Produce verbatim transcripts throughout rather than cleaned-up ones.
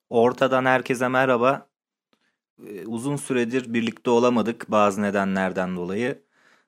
Ortadan herkese merhaba. Ee, Uzun süredir birlikte olamadık bazı nedenlerden dolayı.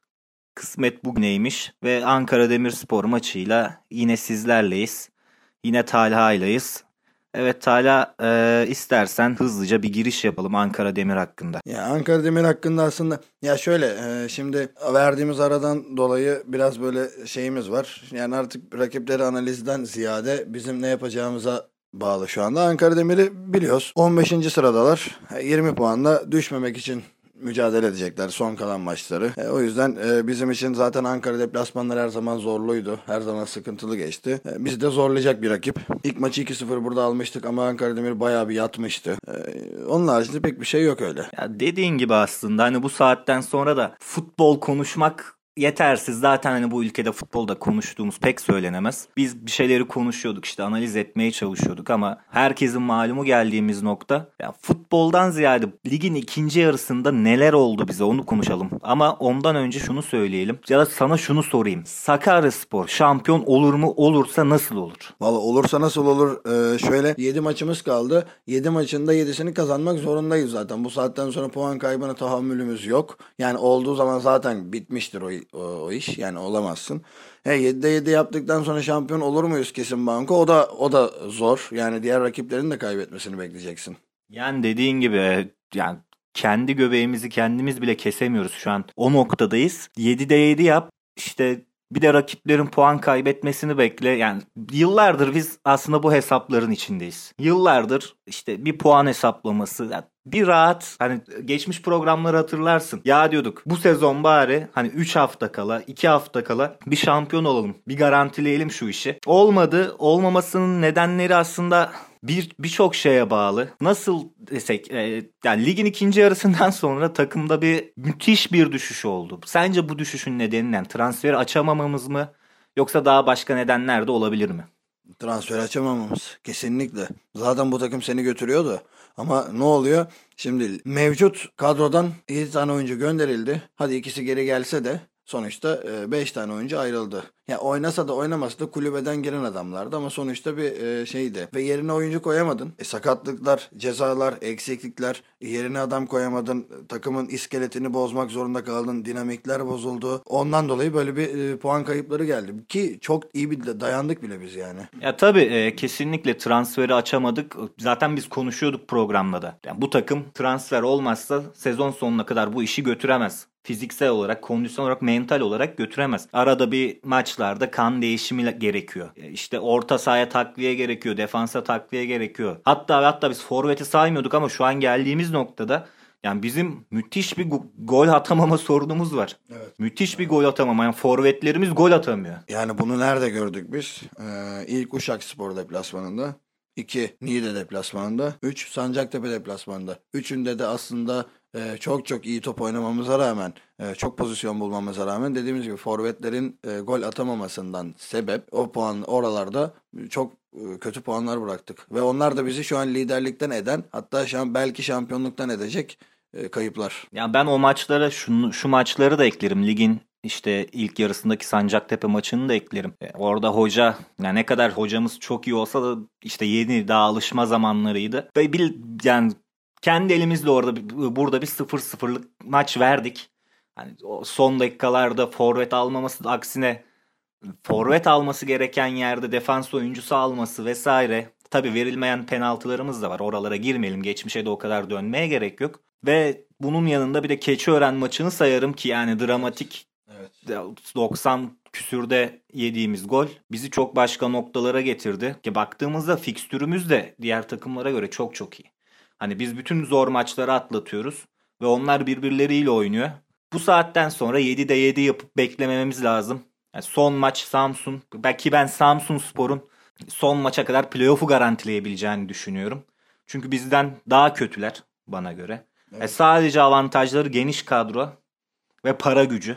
Kısmet bugüneymiş ve Ankara Demirspor maçıyla yine sizlerleyiz. Yine Talha'ylayız. Evet Talha, e, istersen hızlıca bir giriş yapalım Ankara Demir hakkında. Ya Ankara Demir hakkında aslında ya şöyle e, şimdi verdiğimiz aradan dolayı biraz böyle şeyimiz var. Yani artık rakipleri analizden ziyade bizim ne yapacağımıza bağlı şu anda. Ankara Demir'i biliyoruz. on beşinci sıradalar. E, yirmi puanla düşmemek için mücadele edecekler son kalan maçları. E, o yüzden e, bizim için zaten Ankara deplasmanları her zaman zorluydu. Her zaman sıkıntılı geçti. E, bizi de zorlayacak bir rakip. İlk maçı iki sıfır burada almıştık ama Ankara Demir bayağı bir yatmıştı. E, onun haricinde pek bir şey yok öyle. Ya dediğin gibi aslında hani bu saatten sonra da futbol konuşmak yetersiz. Zaten hani bu ülkede futbolda konuştuğumuz pek söylenemez. Biz bir şeyleri konuşuyorduk, işte analiz etmeye çalışıyorduk ama herkesin malumu geldiğimiz nokta, ya futboldan ziyade ligin ikinci yarısında neler oldu bize onu konuşalım. Ama ondan önce şunu söyleyelim ya da sana şunu sorayım. Sakaryaspor şampiyon olur mu? Olursa nasıl olur? Valla olursa nasıl olur? Ee, şöyle yedi maçımız kaldı. yedi maçın da yedisini kazanmak zorundayız zaten. Bu saatten sonra puan kaybına tahammülümüz yok. Yani olduğu zaman zaten bitmiştir o, o, o iş. Yani olamazsın. He, yedide yedi yaptıktan sonra şampiyon olur muyuz kesin banko? O da o da zor. Yani diğer rakiplerin de kaybetmesini bekleyeceksin. Yani dediğin gibi e, yani kendi göbeğimizi kendimiz bile kesemiyoruz şu an. O noktadayız. yedide yedi yap. İşte bir de rakiplerin puan kaybetmesini bekle. Yani yıllardır biz aslında bu hesapların içindeyiz. Yıllardır işte bir puan hesaplaması, yani bir rahat, hani geçmiş programları hatırlarsın. Ya diyorduk bu sezon bari hani üç hafta kala, iki hafta kala bir şampiyon olalım. Bir garantileyelim şu işi. Olmadı. Olmamasının nedenleri aslında bir birçok şeye bağlı. Nasıl desek, e, yani ligin ikinci yarısından sonra takımda bir müthiş bir düşüş oldu. Sence bu düşüşün nedeni ne? Transferi açamamamız mı? Yoksa daha başka nedenler de olabilir mi? Transfer açamamamız. Kesinlikle. Zaten bu takım seni götürüyordu. Ama ne oluyor? Şimdi mevcut kadrodan yedi tane oyuncu gönderildi. Hadi ikisi geri gelse de sonuçta beş tane oyuncu ayrıldı. Ya oynasa da oynamasa da kulübeden giren adamlardı ama sonuçta bir e, şeydi. Ve yerine oyuncu koyamadın. E, sakatlıklar, cezalar, eksiklikler, e, yerine adam koyamadın. Takımın iskeletini bozmak zorunda kaldın. Dinamikler bozuldu. Ondan dolayı böyle bir e, puan kayıpları geldi. Ki çok iyi bir dayandık bile biz yani. Ya tabii, e, kesinlikle transferi açamadık. Zaten biz konuşuyorduk programda da. Yani bu takım transfer olmazsa sezon sonuna kadar bu işi götüremez. Fiziksel olarak, kondisyon olarak, mental olarak götüremez. Arada bir maçlarda kan değişimi gerekiyor. E, İşte orta sahaya takviye gerekiyor, defansa takviye gerekiyor. Hatta hatta biz forveti saymıyorduk ama şu an geldiğimiz noktada yani bizim müthiş bir go- gol atamama sorunumuz var. Evet. Müthiş bir gol atamama. Yani forvetlerimiz gol atamıyor. Yani bunu nerede gördük biz? Ee, ilk Uşakspor deplasmanında. iki Niğde deplasmanında. üç Sancaktepe deplasmanında. Üçünde de aslında e, çok çok iyi top oynamamıza rağmen, e, çok pozisyon bulmamıza rağmen dediğimiz gibi forvetlerin e, gol atamamasından sebep o puan oralarda çok e, kötü puanlar bıraktık. Ve onlar da bizi şu an liderlikten eden, hatta şu an belki şampiyonluktan edecek e, kayıplar. Ya ben o maçlara şunu, şu maçları da eklerim. Ligin işte ilk yarısındaki Sancaktepe maçını da eklerim. E, orada hoca, yani ne kadar hocamız çok iyi olsa da işte yeni, daha alışma zamanlarıydı. Ve bil, yani kendi elimizle orada bir- burada bir sıfır sıfırlık maç verdik. Hani o son dakikalarda forvet almaması da aksine forvet alması gereken yerde defans oyuncusu alması vesaire. Tabii verilmeyen penaltılarımız da var. Oralara girmeyelim. Geçmişe de o kadar dönmeye gerek yok. Ve bunun yanında bir de Keçiören maçını sayarım ki yani dramatik, Evet. doksan küsürde yediğimiz gol bizi çok başka noktalara getirdi. Ki baktığımızda fikstürümüz de diğer takımlara göre çok çok iyi. Hani biz bütün zor maçları atlatıyoruz ve onlar birbirleriyle oynuyor. Bu saatten sonra yedide yedi yapıp beklemememiz lazım. Yani son maç Samsun. Belki ben Samsunspor'un son maça kadar playoff'u garantileyebileceğini düşünüyorum. Çünkü bizden daha kötüler bana göre. E Evet. sadece avantajları geniş kadro ve para gücü.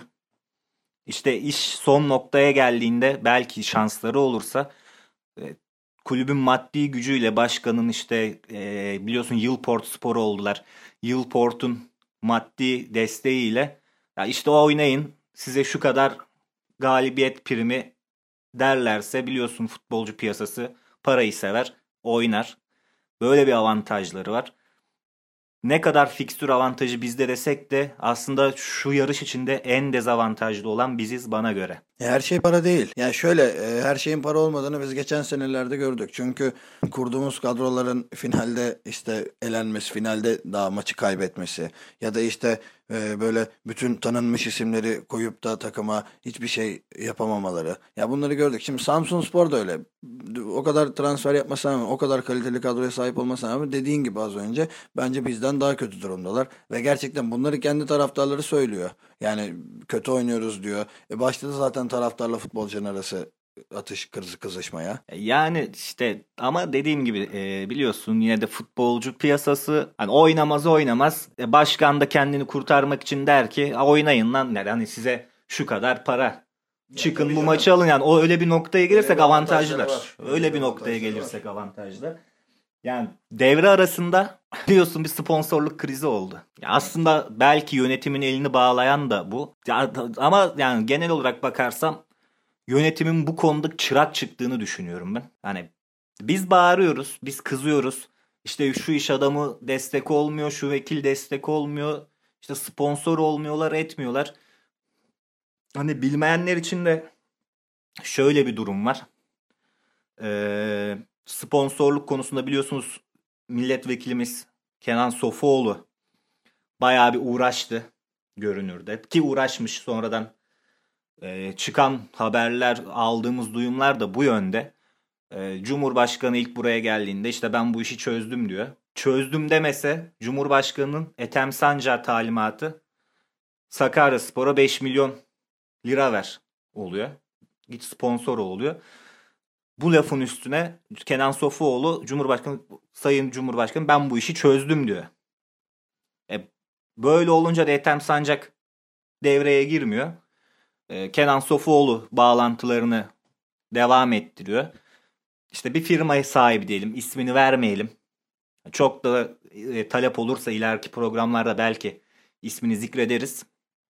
İşte iş son noktaya geldiğinde belki şansları olursa e, kulübün maddi gücüyle başkanın işte e, biliyorsun Yılport Sporu oldular. Yılport'un maddi desteğiyle ya işte oynayın, size şu kadar galibiyet primi derlerse, biliyorsun futbolcu piyasası parayı sever, oynar. Böyle bir avantajları var. Ne kadar fikstür avantajı bizde desek de aslında şu yarış içinde en dezavantajlı olan biziz bana göre. E, Her şey para değil. Yani şöyle e, her şeyin para olmadığını biz geçen senelerde gördük. Çünkü kurduğumuz kadroların finalde işte elenmesi, finalde daha maçı kaybetmesi ya da işte e, böyle bütün tanınmış isimleri koyup da takıma hiçbir şey yapamamaları. Ya bunları gördük. Şimdi Samsunspor da öyle. O kadar transfer yapmasına rağmen, o kadar kaliteli kadroya sahip olmasına rağmen dediğin gibi az önce bence bizden daha kötü durumdalar. Ve gerçekten bunları kendi taraftarları söylüyor. Yani kötü oynuyoruz diyor. E başladı zaten taraftarla futbolcunun arası atış kızı kızışmaya. Yani işte ama dediğim gibi e, biliyorsun yine de futbolcu piyasası hani oynamaz oynamaz e, başkan da kendini kurtarmak için der ki oynayın lan der. Hani size şu kadar para çıkın bu canım. maçı alın yani o öyle bir noktaya gelirsek bir avantajları avantajlılar. var. Öyle Öyle bir bir noktaya avantajları gelirsek avantajlı. Yani devre arasında biliyorsun bir sponsorluk krizi oldu. Ya aslında belki yönetimin elini bağlayan da bu. Ya, ama yani genel olarak bakarsam yönetimin bu konuda çırak çıktığını düşünüyorum ben. Hani biz bağırıyoruz, biz kızıyoruz. İşte şu iş adamı destek olmuyor, şu vekil destek olmuyor. İşte sponsor olmuyorlar, etmiyorlar. Hani bilmeyenler için de şöyle bir durum var. Ee, sponsorluk konusunda biliyorsunuz milletvekilimiz Kenan Sofuoğlu bayağı bir uğraştı görünürde. Ki uğraşmış sonradan e, çıkan haberler, aldığımız duyumlar da bu yönde. E, Cumhurbaşkanı ilk buraya geldiğinde işte ben bu işi çözdüm diyor. Çözdüm demese Cumhurbaşkanı'nın Ethem Sancar talimatı Sakaryaspor'a beş milyon lira ver oluyor. Git sponsor oluyor. Bu lafın üstüne Kenan Sofuoğlu Cumhurbaşkanı Sayın Cumhurbaşkanı ben bu işi çözdüm diyor. E, böyle olunca da Ethem Sancak devreye girmiyor. E, Kenan Sofuoğlu bağlantılarını devam ettiriyor. İşte bir firmaya sahibi diyelim, ismini vermeyelim. Çok da e, talep olursa ileriki programlarda belki ismini zikrederiz.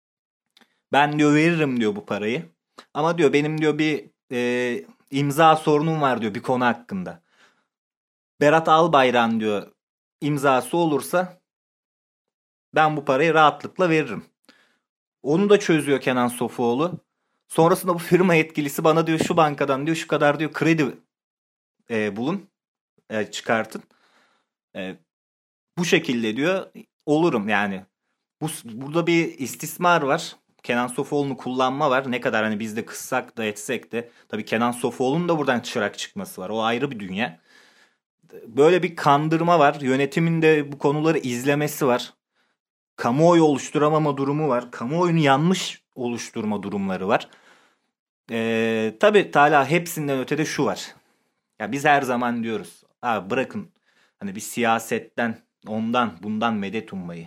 Ben diyor veririm diyor bu parayı. Ama diyor benim diyor bir e, imza sorunum var diyor bir konu hakkında. Berat Albayrak'ın diyor imzası olursa ben bu parayı rahatlıkla veririm. Onu da çözüyor Kenan Sofuoğlu. Sonrasında bu firma yetkilisi bana diyor şu bankadan diyor şu kadar diyor kredi e, bulun, e, çıkartın. E, bu şekilde diyor olurum yani. Bu burada bir istismar var. Kenan Sofuoğlu'nu kullanma var. Ne kadar hani biz de kıssak da etsek de tabii Kenan Sofuoğlu'nun da buradan çırak çıkması var. O ayrı bir dünya. Böyle bir kandırma var. Yönetimin de bu konuları izlemesi var. Kamuoyu oluşturamama durumu var. Kamuoyunu yanlış oluşturma durumları var. Ee, tabii Talha hepsinden ötede şu var. Ya biz her zaman diyoruz. Abi bırakın hani bir siyasetten ondan bundan medet ummayı.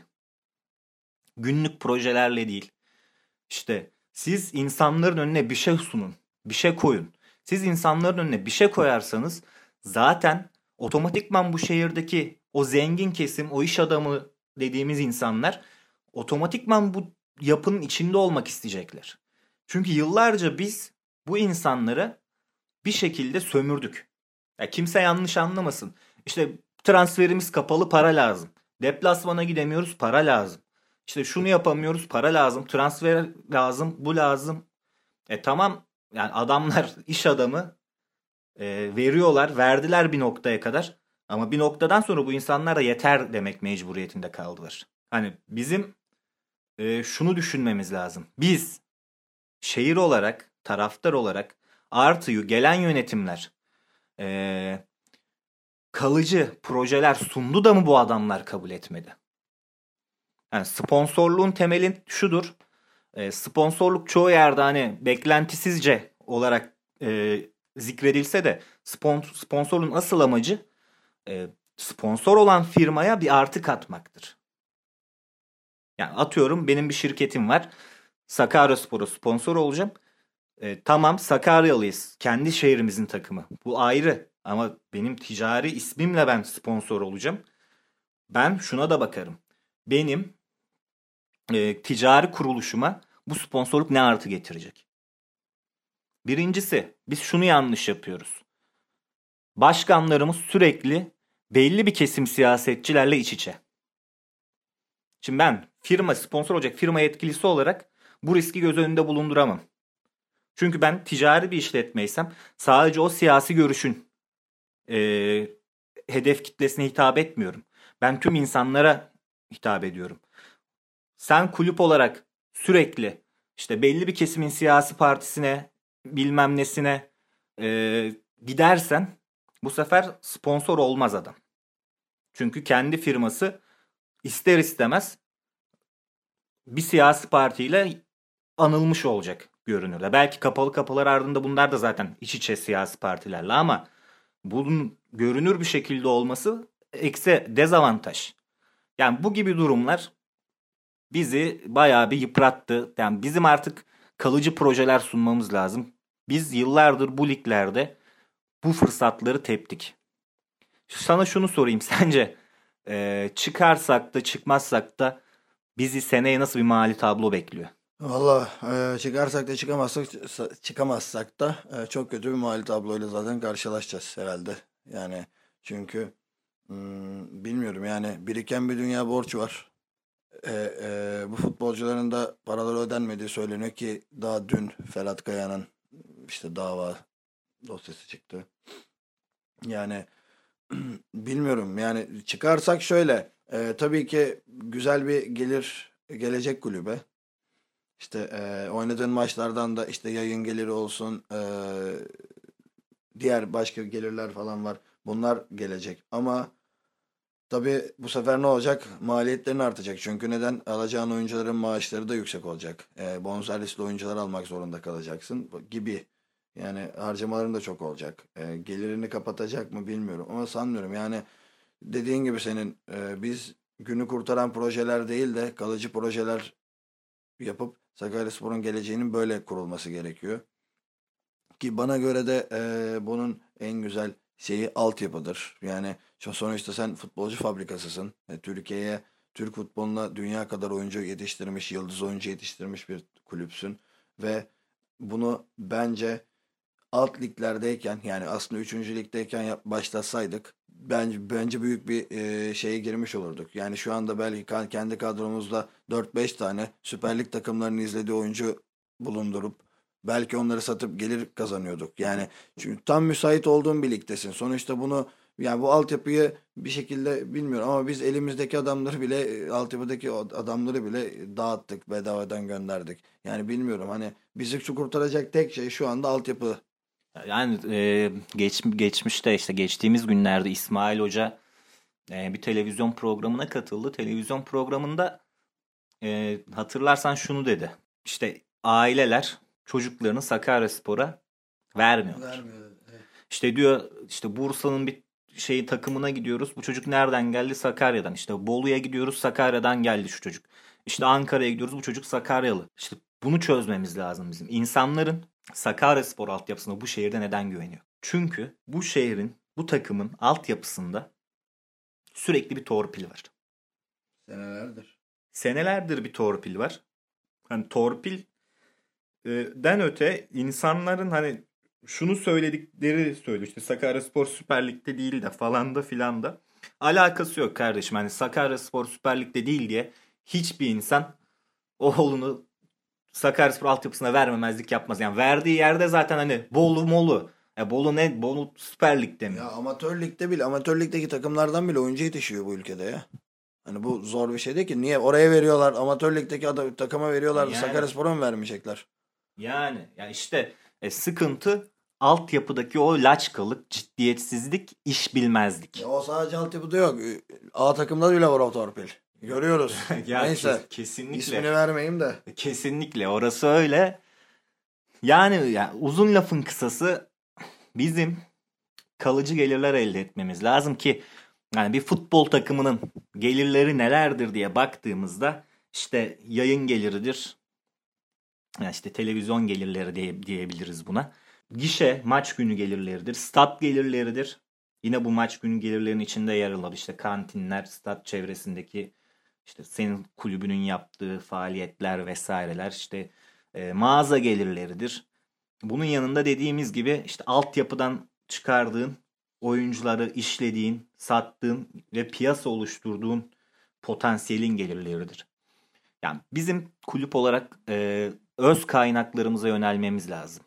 Günlük projelerle değil. İşte siz insanların önüne bir şey sunun. Bir şey koyun. Siz insanların önüne bir şey koyarsanız zaten otomatikman bu şehirdeki o zengin kesim, o iş adamı dediğimiz insanlar otomatikman bu yapının içinde olmak isteyecekler. Çünkü yıllarca biz bu insanları bir şekilde sömürdük. Ya kimse yanlış anlamasın. İşte transferimiz kapalı para lazım. Deplasmana gidemiyoruz para lazım. İşte şunu yapamıyoruz para lazım. Transfer lazım bu lazım. E tamam yani adamlar iş adamı e, veriyorlar verdiler bir noktaya kadar. Ama bir noktadan sonra bu insanlar da yeter demek mecburiyetinde kaldılar. Hani bizim e, şunu düşünmemiz lazım. Biz şehir olarak taraftar olarak artı gelen yönetimler e, kalıcı projeler sundu da mı bu adamlar kabul etmedi? Yani sponsorluğun temelin şudur. E, sponsorluk çoğu yerde hani beklentisizce olarak e, zikredilse de spon- sponsorluğun asıl amacı e, sponsor olan firmaya bir artı katmaktır. Yani atıyorum benim bir şirketim var. Sakaryaspor'a sponsor olacağım. E, tamam Sakaryalıyız. Kendi şehrimizin takımı. Bu ayrı. Ama benim ticari ismimle ben sponsor olacağım. Ben şuna da bakarım. Benim e, ticari kuruluşuma bu sponsorluk ne artı getirecek? Birincisi biz şunu yanlış yapıyoruz. Başkanlarımız sürekli belli bir kesim siyasetçilerle iç içe. Şimdi ben firma, sponsor olacak firma yetkilisi olarak bu riski göz önünde bulunduramam. Çünkü ben ticari bir işletmeysem sadece o siyasi görüşün e, hedef kitlesine hitap etmiyorum. Ben tüm insanlara hitap ediyorum. Sen kulüp olarak sürekli işte belli bir kesimin siyasi partisine, bilmem nesine e, gidersen bu sefer sponsor olmaz adam. Çünkü kendi firması ister istemez bir siyasi partiyle anılmış olacak görünürde. Belki kapalı kapılar ardında bunlar da zaten iç içe siyasi partilerle ama bunun görünür bir şekilde olması eksi dezavantaj. Yani bu gibi durumlar bizi bayağı bir yıprattı. Yani bizim artık kalıcı projeler sunmamız lazım. Biz yıllardır bu liglerde bu fırsatları teptik. Sana şunu sorayım, sence e, çıkarsak da çıkmazsak da bizi seneye nasıl bir mali tablo bekliyor? Valla e, çıkarsak da çıkamazsak çıkamazsak da e, çok kötü bir mali tabloyla zaten karşılaşacağız herhalde. Yani çünkü hmm, bilmiyorum yani biriken bir dünya borç var. E, e, bu futbolcuların da paraları ödenmediği söyleniyor ki daha dün Ferhat Kaya'nın işte dava dosyası çıktı. Yani bilmiyorum yani çıkarsak şöyle e, tabii ki güzel bir gelir gelecek kulübe. İşte e, oynadığın maçlardan da işte yayın geliri olsun, e, diğer başka gelirler falan var. Bunlar gelecek. Ama tabii bu sefer ne olacak? Maliyetlerin artacak. Çünkü neden? Alacağın oyuncuların maaşları da yüksek olacak. E, bonservisli oyuncular almak zorunda kalacaksın gibi. Yani harcamaların da çok olacak. E, gelirini kapatacak mı bilmiyorum ama sanmıyorum. Yani dediğin gibi senin e, biz günü kurtaran projeler değil de kalıcı projeler yapıp Sakaryaspor'un geleceğinin böyle kurulması gerekiyor. Ki bana göre de e, bunun en güzel şeyi altyapıdır. Yani şu- sonuçta sen futbolcu fabrikasısın. E, Türkiye'ye, Türk futboluna dünya kadar oyuncu yetiştirmiş, yıldız oyuncu yetiştirmiş bir kulüpsün. Ve bunu bence alt liglerdeyken yani aslında üçüncü ligdeyken yap, başlasaydık bence bence büyük bir e, şeye girmiş olurduk. Yani şu anda belki ka- kendi kadromuzda dört beş tane Süper Lig takımlarının izlediği oyuncu bulundurup belki onları satıp gelir kazanıyorduk. Yani çünkü tam müsait olduğun bir ligdesin. Sonuçta bunu yani bu altyapıyı bir şekilde bilmiyorum ama biz elimizdeki adamları bile e, altyapıdaki o adamları bile dağıttık, bedavadan gönderdik. Yani bilmiyorum hani bizi şu kurtaracak tek şey şu anda altyapı. Yani e, geç, geçmişte işte geçtiğimiz günlerde İsmail Hoca e, bir televizyon programına katıldı. Televizyon programında e, hatırlarsan şunu dedi. İşte aileler çocuklarını Sakaryaspor'a vermiyorlar. Vermiyor. Evet. İşte diyor işte Bursa'nın bir şey takımına gidiyoruz. Bu çocuk nereden geldi? Sakarya'dan. İşte Bolu'ya gidiyoruz. Sakarya'dan geldi şu çocuk. İşte Ankara'ya gidiyoruz. Bu çocuk Sakaryalı. İşte bunu çözmemiz lazım bizim. İnsanların Sakaryaspor altyapısına bu şehirde neden güveniyor? Çünkü bu şehrin, bu takımın altyapısında sürekli bir torpil var. Senelerdir. Senelerdir bir torpil var. Hani torpilden öte insanların hani şunu söyledikleri söylüyor. İşte Sakaryaspor Süper Lig'de değil de falan da filan da. Alakası yok kardeşim. Hani Sakaryaspor Süper Lig'de değil diye hiçbir insan oğlunu Sakaryaspor altyapısına vermemezlik yapmaz. Yani verdiği yerde zaten hani Bolu molu. Ya Bolu ne? Bolu Süper Lig'de mi? Ya amatör ligde bile, amatör ligdeki takımlardan bile oyuncu yetişiyor bu ülkede ya. Hani bu zor bir şey değil ki. Niye oraya veriyorlar? Amatör ligdeki adam, takıma veriyorlar. Yani, Sakaryaspor'a mı vermeyecekler? yani, ya işte e, sıkıntı altyapıdaki o laçkalık, ciddiyetsizlik, iş bilmezlik. Ya o sadece altyapıda yok. A takımda bile var o torpil. Görüyoruz. Ya Neyse. kes- kesinlikle. İsmini vermeyeyim de. Kesinlikle orası öyle. Yani, yani uzun lafın kısası bizim kalıcı gelirler elde etmemiz lazım ki yani bir futbol takımının gelirleri nelerdir diye baktığımızda işte yayın geliridir. Yani işte televizyon gelirleri diye, diyebiliriz buna. Gişe, maç günü gelirleridir. Stat gelirleridir. Yine bu maç günü gelirlerinin içinde yer alır. İşte kantinler, stat çevresindeki işte senin kulübünün yaptığı faaliyetler vesaireler. İşte e, mağaza gelirleridir. Bunun yanında dediğimiz gibi işte altyapıdan çıkardığın oyuncuları işlediğin sattığın ve piyasa oluşturduğun potansiyelin gelirleridir. Yani bizim kulüp olarak e, öz kaynaklarımıza yönelmemiz lazım.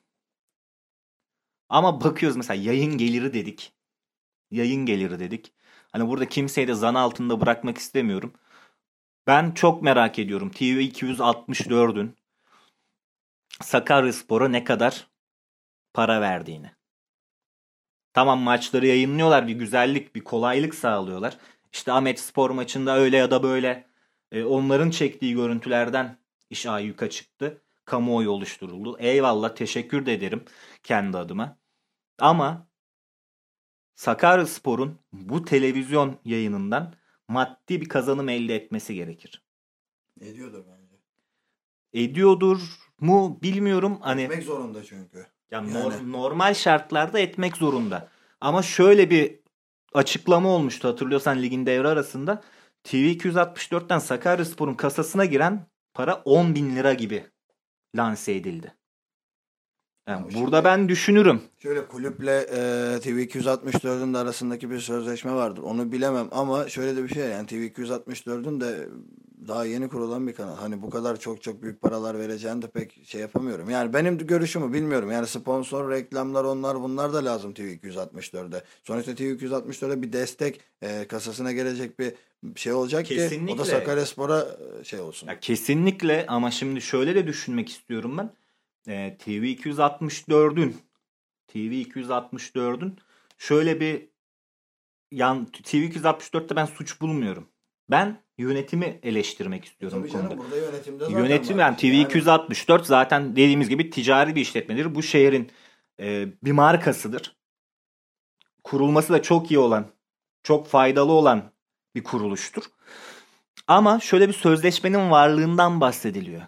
Ama bakıyoruz mesela yayın geliri dedik. Yayın geliri dedik. Hani burada kimseyi de zan altında bırakmak istemiyorum. Ben çok merak ediyorum T V iki yüz altmış dördün Sakaryaspor'a ne kadar para verdiğini. Tamam, maçları yayınlıyorlar, bir güzellik, bir kolaylık sağlıyorlar. İşte Ahmetspor maçında öyle ya da böyle e, onların çektiği görüntülerden iş ayyuka çıktı. Kamuoyu oluşturuldu. Eyvallah, teşekkür de ederim kendi adıma. Ama Sakaryaspor'un bu televizyon yayınından maddi bir kazanım elde etmesi gerekir. Ediyordur bence. Ediyordur mu bilmiyorum. Hani Etmek zorunda çünkü. yani Yani. nor- normal şartlarda etmek zorunda. Ama şöyle bir açıklama olmuştu, hatırlıyorsan ligin devre arasında. T V iki yüz altmış dörtten Sakaryaspor'un kasasına giren para on bin lira gibi lanse edildi. Yani Ama burada şimdi- ben düşünürüm. Şöyle kulüple e, T V iki yüz altmış dördün de arasındaki bir sözleşme vardır. Onu bilemem ama şöyle de bir şey, yani T V iki yüz altmış dördün de daha yeni kurulan bir kanal. Hani bu kadar çok çok büyük paralar vereceğini de pek şey yapamıyorum. Yani benim görüşümü bilmiyorum. Yani sponsor, reklamlar, onlar bunlar da lazım T V iki yüz altmış dörde. Sonuçta T V iki yüz altmış dörde bir destek, e, kasasına gelecek bir şey olacak ki o Kesinlikle. da Sakaryaspor'a e, şey olsun. Ya kesinlikle, ama şimdi şöyle de düşünmek istiyorum ben. Ee, T V iki yüz altmış dördün T V iki yüz altmış dördün şöyle bir yan T V iki yüz altmış dörtte ben suç bulmuyorum. Ben yönetimi eleştirmek istiyorum Tabii bu konuda. canım, burada yönetimde zaten Yönetim var yani bir şey. T V iki yüz altmış dört zaten dediğimiz gibi ticari bir işletmedir. Bu şehrin e, bir markasıdır. Kurulması da çok iyi olan, çok faydalı olan bir kuruluştur. Ama şöyle bir sözleşmenin varlığından bahsediliyor.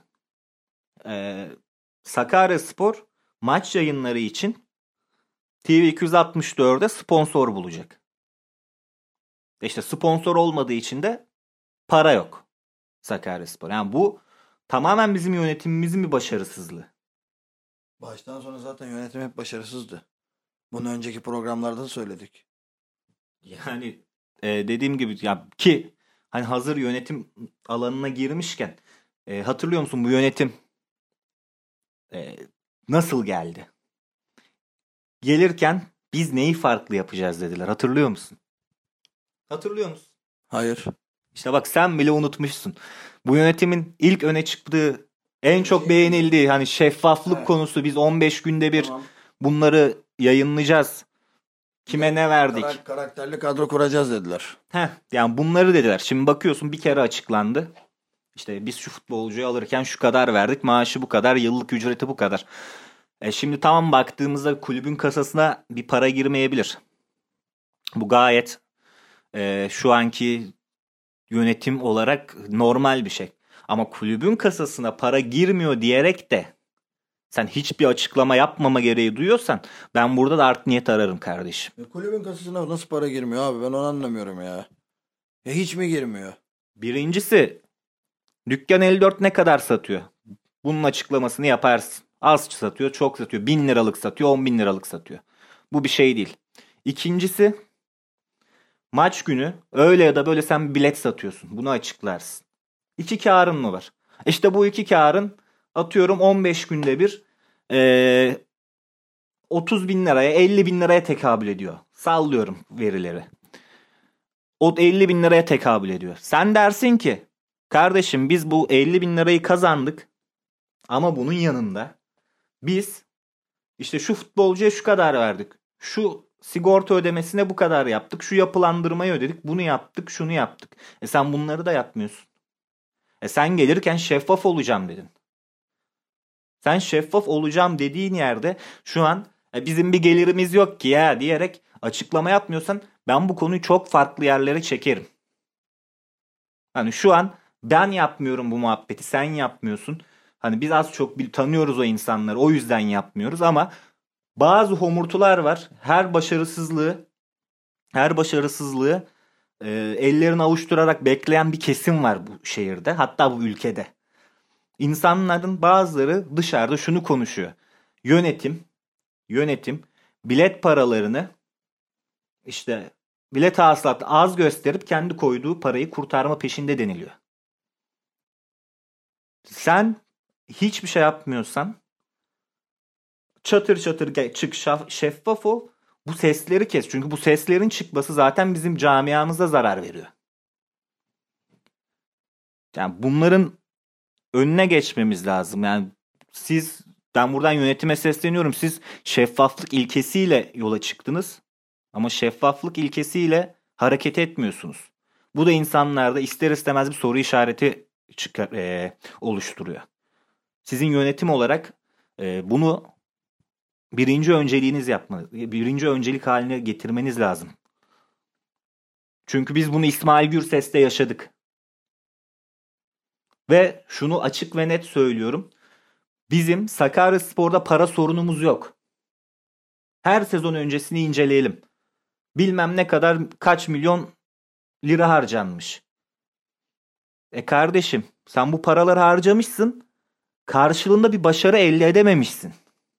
Ee, Sakaryaspor maç yayınları için T V iki yüz altmış dörde sponsor bulacak. İşte sponsor olmadığı için de para yok Sakaryaspor. Yani bu tamamen bizim yönetimimizin bir başarısızlığı. Baştan sona zaten yönetim hep başarısızdı. Bunu önceki programlarda da söyledik. Yani e, dediğim gibi ya, ki hani hazır yönetim alanına girmişken e, hatırlıyor musun bu yönetim e, nasıl geldi? Gelirken biz neyi farklı yapacağız dediler. Hatırlıyor musun? Hatırlıyor musun? Hayır. İşte bak, sen bile unutmuşsun. Bu yönetimin ilk öne çıktığı, en çok Şey- beğenildiği hani şeffaflık Evet. konusu. Biz on beş günde bir Tamam. bunları yayınlayacağız. Kime ne verdik? Karak- karakterli kadro kuracağız dediler. Heh, yani bunları dediler. Şimdi bakıyorsun bir kere açıklandı. İşte biz şu futbolcuyu alırken şu kadar verdik. Maaşı bu kadar. Yıllık ücreti bu kadar. E şimdi tamam, baktığımızda kulübün kasasına bir para girmeyebilir. Bu gayet e, şu anki yönetim olarak normal bir şey. Ama kulübün kasasına para girmiyor diyerek de sen hiçbir açıklama yapmama gereği duyuyorsan ben burada da art niyet ararım kardeşim. E, kulübün kasasına nasıl para girmiyor abi, ben onu anlamıyorum ya. Ya hiç mi girmiyor? Birincisi, Dükkan elli dört ne kadar satıyor? Bunun açıklamasını yaparsın. Az satıyor, çok satıyor. Bin liralık satıyor, on bin liralık satıyor. Bu bir şey değil. İkincisi, maç günü öyle ya da böyle sen bilet satıyorsun. Bunu açıklarsın. İki kârın mı var? İşte bu iki kârın atıyorum on beş günde bir ee, otuz bin liraya, elli bin liraya tekabül ediyor. Sallıyorum verileri. O elli bin liraya tekabül ediyor. Sen dersin ki kardeşim biz bu elli bin lirayı kazandık ama bunun yanında biz işte şu futbolcuya şu kadar verdik. Şu sigorta ödemesine bu kadar yaptık. Şu yapılandırmayı ödedik. Bunu yaptık, şunu yaptık. E sen bunları da yapmıyorsun. E sen gelirken şeffaf olacağım dedin. Sen şeffaf olacağım dediğin yerde şu an e, bizim bir gelirimiz yok ki ya diyerek açıklama yapmıyorsan ben bu konuyu çok farklı yerlere çekerim. Hani şu an ben yapmıyorum bu muhabbeti, sen yapmıyorsun. Hani biz az çok bil- tanıyoruz o insanları, o yüzden yapmıyoruz ama bazı homurtular var. Her başarısızlığı, her başarısızlığı e, ellerini avuşturarak bekleyen bir kesim var bu şehirde, hatta bu ülkede. İnsanların bazıları dışarıda şunu konuşuyor. Yönetim, yönetim bilet paralarını işte bilet hasılatı az gösterip kendi koyduğu parayı kurtarma peşinde deniliyor. Sen hiçbir şey yapmıyorsan çatır çatır çık, şeffaf ol. Bu sesleri kes. Çünkü bu seslerin çıkması zaten bizim camiamıza zarar veriyor. Yani bunların önüne geçmemiz lazım. Yani siz, ben buradan yönetime sesleniyorum. Siz şeffaflık ilkesiyle yola çıktınız. Ama şeffaflık ilkesiyle hareket etmiyorsunuz. Bu da insanlarda ister istemez bir soru işareti çıkar, e, oluşturuyor. Sizin yönetim olarak e, bunu birinci önceliğiniz yapmanız, birinci öncelik haline getirmeniz lazım. Çünkü biz bunu İsmail Gürses'te yaşadık. Ve şunu açık ve net söylüyorum. Bizim Sakaryaspor'da para sorunumuz yok. Her sezon öncesini inceleyelim. Bilmem ne kadar, kaç milyon lira harcanmış. E kardeşim, sen bu paraları harcamışsın. Karşılığında bir başarı elde edememişsin.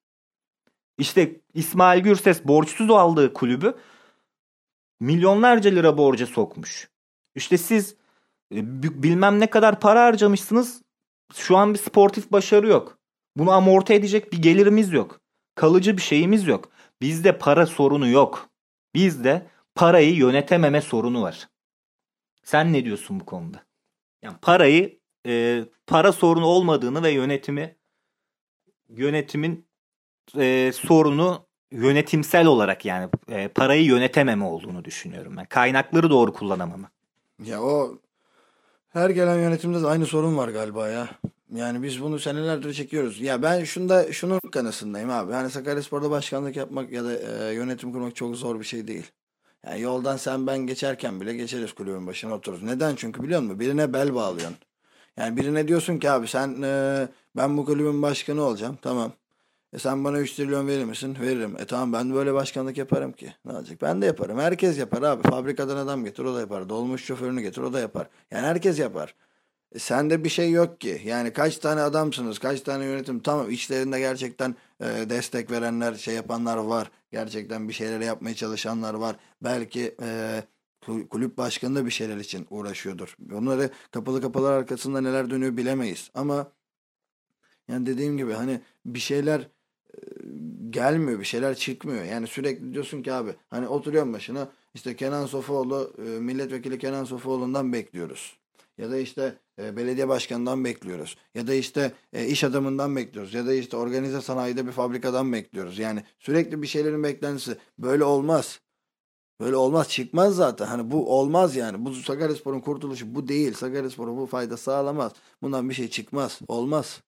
İşte İsmail Gürses borçsuz aldığı kulübü milyonlarca lira borca sokmuş. İşte siz bilmem ne kadar para harcamışsınız. Şu an bir sportif başarı yok. Bunu amorti edecek bir gelirimiz yok. Kalıcı bir şeyimiz yok. Bizde para sorunu yok. Bizde parayı yönetememe sorunu var. Sen ne diyorsun bu konuda? Yani parayı, e, para sorunu olmadığını ve yönetimi, yönetimin e, sorunu yönetimsel olarak, yani e, parayı yönetememe olduğunu düşünüyorum ben. Kaynakları doğru kullanamama. Ya o her gelen yönetimde de aynı sorun var galiba ya. Yani biz bunu senelerdir çekiyoruz. Ya ben şunda şunun kanısındayım abi. Hani Sakaryaspor'da başkanlık yapmak ya da e, yönetim kurmak çok zor bir şey değil. Yani yoldan sen ben geçerken bile geçeriz, kulübün başına otururuz. Neden? Çünkü biliyor musun? Birine bel bağlıyorsun. Yani birine diyorsun ki abi sen e, ben bu kulübün başkanı olacağım. Tamam. E sen bana üç trilyon verir misin? Veririm. E tamam, ben böyle başkanlık yaparım ki. Ne olacak? Ben de yaparım. Herkes yapar abi. Fabrikadan adam getir, o da yapar. Dolmuş şoförünü getir, o da yapar. Yani herkes yapar. E sende bir şey yok ki. Yani kaç tane adamsınız? Kaç tane yönetim? Tamam, içlerinde gerçekten e, destek verenler, şey yapanlar var. Gerçekten bir şeyler yapmaya çalışanlar var. Belki e, kulüp başkanı da bir şeyler için uğraşıyordur. Onları kapalı kapılar arkasında neler dönüyor bilemeyiz. Ama yani dediğim gibi hani bir şeyler gelmiyor, bir şeyler çıkmıyor. Yani sürekli diyorsun ki abi hani oturuyorum başına, işte Kenan Sofuoğlu, e, milletvekili Kenan Sofuoğlu'ndan bekliyoruz. Ya da işte e, belediye başkanından bekliyoruz. Ya da işte e, iş adamından bekliyoruz. Ya da işte organize sanayide bir fabrikadan bekliyoruz. Yani sürekli bir şeylerin beklentisi. Böyle olmaz. Böyle olmaz, çıkmaz zaten. Hani bu olmaz yani. Bu Sakaryaspor'un kurtuluşu bu değil. Sakaryaspor'a bu fayda sağlamaz. Bundan bir şey çıkmaz. Olmaz.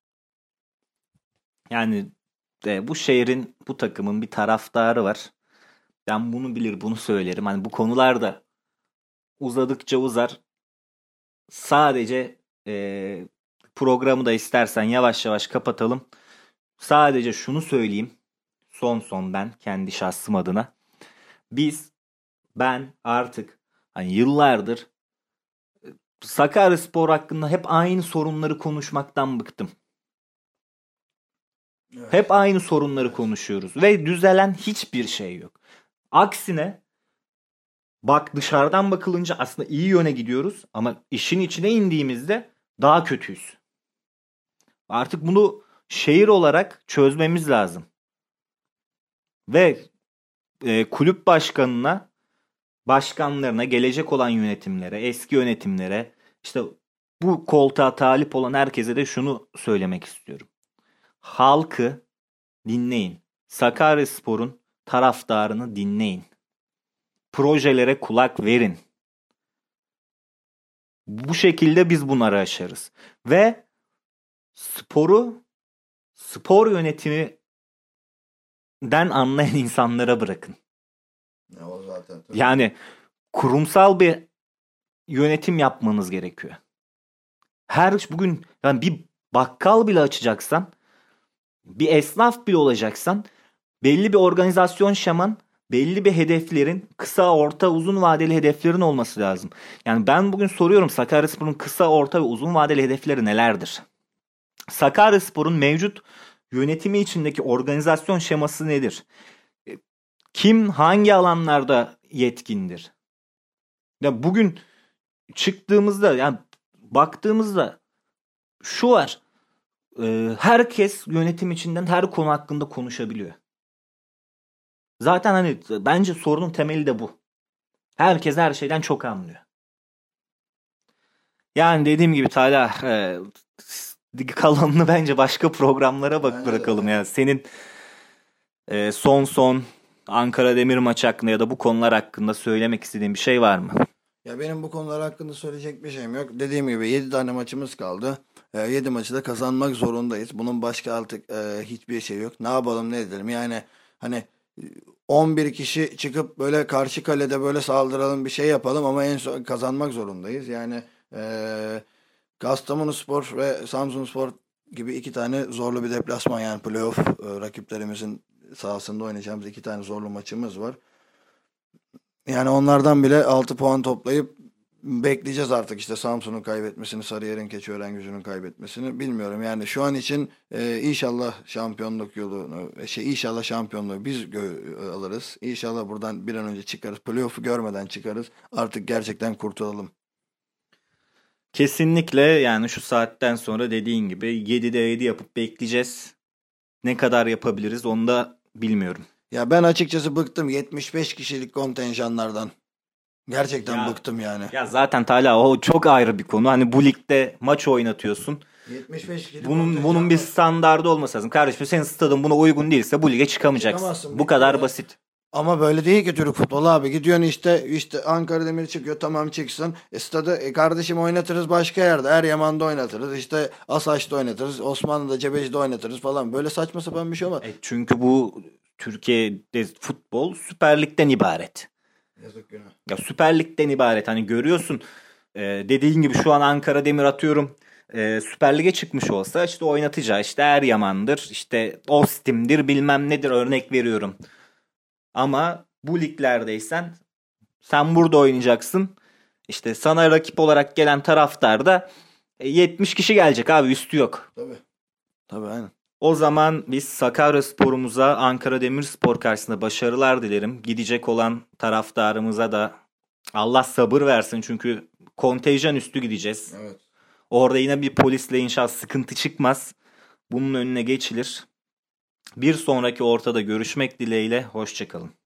Yani e, bu şehrin, bu takımın bir taraftarı var. Ben bunu bilir, bunu söylerim. Hani bu konularda uzadıkça uzar. Sadece e, programı da istersen yavaş yavaş kapatalım. Sadece şunu söyleyeyim. Son son ben kendi şahsım adına. Biz, ben artık hani yıllardır Sakaryaspor hakkında hep aynı sorunları konuşmaktan bıktım. Evet. Hep aynı sorunları Evet. konuşuyoruz ve düzelen hiçbir şey yok. Aksine bak, dışarıdan bakılınca aslında iyi yöne gidiyoruz ama işin içine indiğimizde daha kötüyüz. Artık bunu şehir olarak çözmemiz lazım. Ve e, kulüp başkanına, başkanlarına, gelecek olan yönetimlere, eski yönetimlere, işte bu koltuğa talip olan herkese de şunu söylemek istiyorum. Halkı dinleyin. Sakaryaspor'un taraftarını dinleyin. Projelere kulak verin. Bu şekilde biz bunları aşarız. Ve sporu, spor yönetiminden anlayan insanlara bırakın. Ya o zaten. Tabii. Yani kurumsal bir yönetim yapmanız gerekiyor. Her bugün yani bir bakkal bile açacaksan, bir esnaf bile olacaksan, belli bir organizasyon şeman, belli bir hedeflerin, kısa, orta, uzun vadeli hedeflerin olması lazım. Yani ben bugün soruyorum, Sakaryaspor'un kısa, orta ve uzun vadeli hedefleri nelerdir? Sakaryaspor'un mevcut yönetimi içindeki organizasyon şeması nedir? Kim hangi alanlarda yetkindir? Ya bugün çıktığımızda yani baktığımızda şu var. E, herkes yönetim içinden her konu hakkında konuşabiliyor. Zaten hani bence sorunun temeli de bu. Herkes her şeyden çok anlıyor. Yani dediğim gibi Talha, e, kalanını bence başka programlara bak bırakalım ya. Senin e, son son Ankara Demir maçı hakkında ya da bu konular hakkında söylemek istediğin bir şey var mı? Ya benim bu konular hakkında söyleyecek bir şeyim yok. Dediğim gibi yedi tane maçımız kaldı. yedi maçı da kazanmak zorundayız. Bunun başka artık e, hiçbir şey yok. Ne yapalım ne edelim? Yani hani on bir kişi çıkıp böyle karşı kalede böyle saldıralım bir şey yapalım ama en son kazanmak zorundayız. Yani e, Kastamonuspor ve Samsunspor gibi iki tane zorlu bir deplasman, yani playoff e, rakiplerimizin sahasında oynayacağımız iki tane zorlu maçımız var. Yani onlardan bile altı puan toplayıp bekleyeceğiz artık işte Samsun'un kaybetmesini, Sarıyer'in, Keçiörengucu'nun kaybetmesini bilmiyorum. Yani şu an için e, inşallah şampiyonluk yolunu, e, şey inşallah şampiyonluğu biz gö- alırız. İnşallah buradan bir an önce çıkarız. Playoff'u görmeden çıkarız. Artık gerçekten kurtulalım. Kesinlikle, yani şu saatten sonra dediğin gibi yedide yedi yapıp bekleyeceğiz. Ne kadar yapabiliriz onu da bilmiyorum. Ya ben açıkçası bıktım yetmiş beş kişilik kontenjanlardan. Gerçekten Ya, bıktım yani. ya zaten Talha o çok ayrı bir konu. Hani bu ligde maç oynatıyorsun. yetmiş beş kişilik Bunun kontenjan bunun bir var. standardı olması lazım. Kardeşim senin stadın buna uygun değilse bu lige çıkamayacaksın. Çıkamazsın, Bu bitti kadar ya. basit. Ama böyle değil ki Türk futbolu abi. Gidiyorsun işte işte Ankara Demir çıkıyor, tamam çıksın. E stadı e kardeşim oynatırız başka yerde. Eryaman'da oynatırız. İşte Asaç'ta oynatırız. Osmanlı'da, Cebeci'de oynatırız falan. Böyle saçma sapan bir şey olmaz. E çünkü bu Türkiye'de futbol Süper Lig'den ibaret. Yazık günah. Ya Süper Lig'den ibaret. Hani görüyorsun, e, dediğin gibi şu an Ankara Demir atıyorum e, Süper Lig'e çıkmış olsa işte oynatacağı işte Eryaman'dır, işte Ostim'dir, bilmem nedir, örnek veriyorum. Ama bu liglerdeysen sen burada oynayacaksın. İşte sana rakip olarak gelen taraftar da e, yetmiş kişi gelecek abi, üstü yok. Tabii. Tabii aynen. O zaman biz Sakaryaspor'umuza Ankara Demirspor karşısında başarılar dilerim. Gidecek olan taraftarımıza da Allah sabır versin çünkü kontenjan üstü gideceğiz. Evet. Orada yine bir polisle inşallah sıkıntı çıkmaz. Bunun önüne geçilir. Bir sonraki ortada görüşmek dileğiyle. Hoşça kalın.